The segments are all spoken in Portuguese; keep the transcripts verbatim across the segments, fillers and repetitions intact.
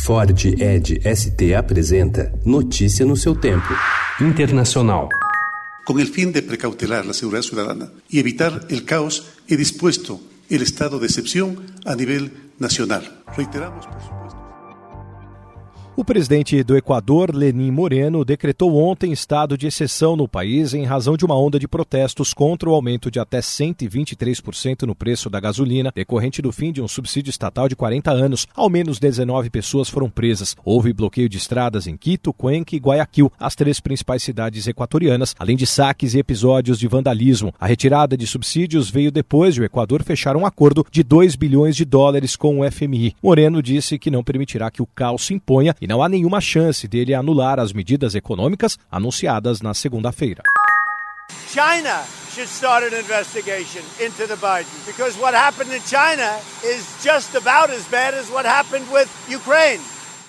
Ford Edge S T apresenta Notícia no seu tempo. Internacional. Com o fim de precautelar a segurança cidadana e evitar o caos, é disposto o estado de exceção a nível nacional. Reiteramos, por supuesto. O presidente do Equador, Lenín Moreno, decretou ontem estado de exceção no país em razão de uma onda de protestos contra o aumento de até cento e vinte e três por cento no preço da gasolina, decorrente do fim de um subsídio estatal de quarenta anos. Ao menos dezenove pessoas foram presas. Houve bloqueio de estradas em Quito, Cuenca e Guayaquil, as três principais cidades equatorianas, além de saques e episódios de vandalismo. A retirada de subsídios veio depois de o Equador fechar um acordo de dois bilhões de dólares com o F M I. Moreno disse que não permitirá que o caos se imponha e não há nenhuma chance dele anular as medidas econômicas anunciadas na segunda-feira. China should start an investigation into the Biden because what happened in China is just about as bad as what happened with Ukraine.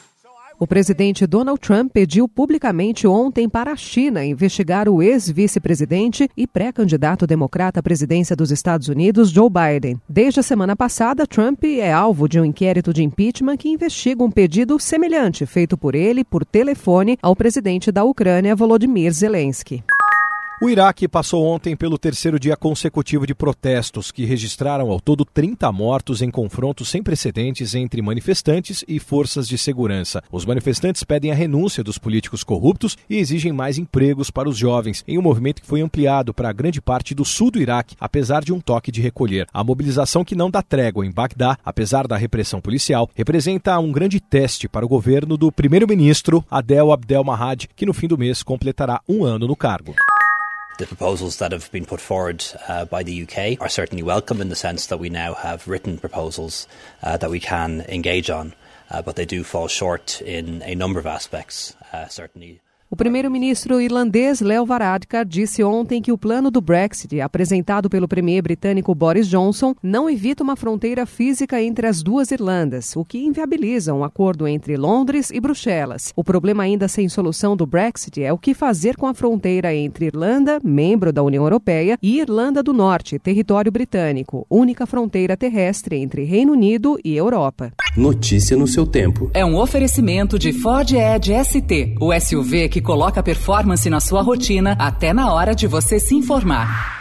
O presidente Donald Trump pediu publicamente ontem para a China investigar o ex-vice-presidente e pré-candidato democrata à presidência dos Estados Unidos, Joe Biden. Desde a semana passada, Trump é alvo de um inquérito de impeachment que investiga um pedido semelhante feito por ele por telefone ao presidente da Ucrânia, Volodymyr Zelensky. O Iraque passou ontem pelo terceiro dia consecutivo de protestos, que registraram ao todo trinta mortos em confrontos sem precedentes entre manifestantes e forças de segurança. Os manifestantes pedem a renúncia dos políticos corruptos e exigem mais empregos para os jovens, em um movimento que foi ampliado para grande parte do sul do Iraque, apesar de um toque de recolher. A mobilização que não dá trégua em Bagdá, apesar da repressão policial, representa um grande teste para o governo do primeiro-ministro Adel Abdel Mahdi, que no fim do mês completará um ano no cargo. The proposals that have been put forward uh, by the U K are certainly welcome in the sense that we now have written proposals uh, that we can engage on, uh, but they do fall short in a number of aspects, uh, certainly. O primeiro-ministro irlandês Leo Varadkar disse ontem que o plano do Brexit, apresentado pelo premier britânico Boris Johnson, não evita uma fronteira física entre as duas Irlandas, o que inviabiliza um acordo entre Londres e Bruxelas. O problema ainda sem solução do Brexit é o que fazer com a fronteira entre Irlanda, membro da União Europeia, e Irlanda do Norte, território britânico, única fronteira terrestre entre Reino Unido e Europa. Notícia no seu tempo. É um oferecimento de Ford Edge S T, o S U V que que coloca performance na sua rotina até na hora de você se informar.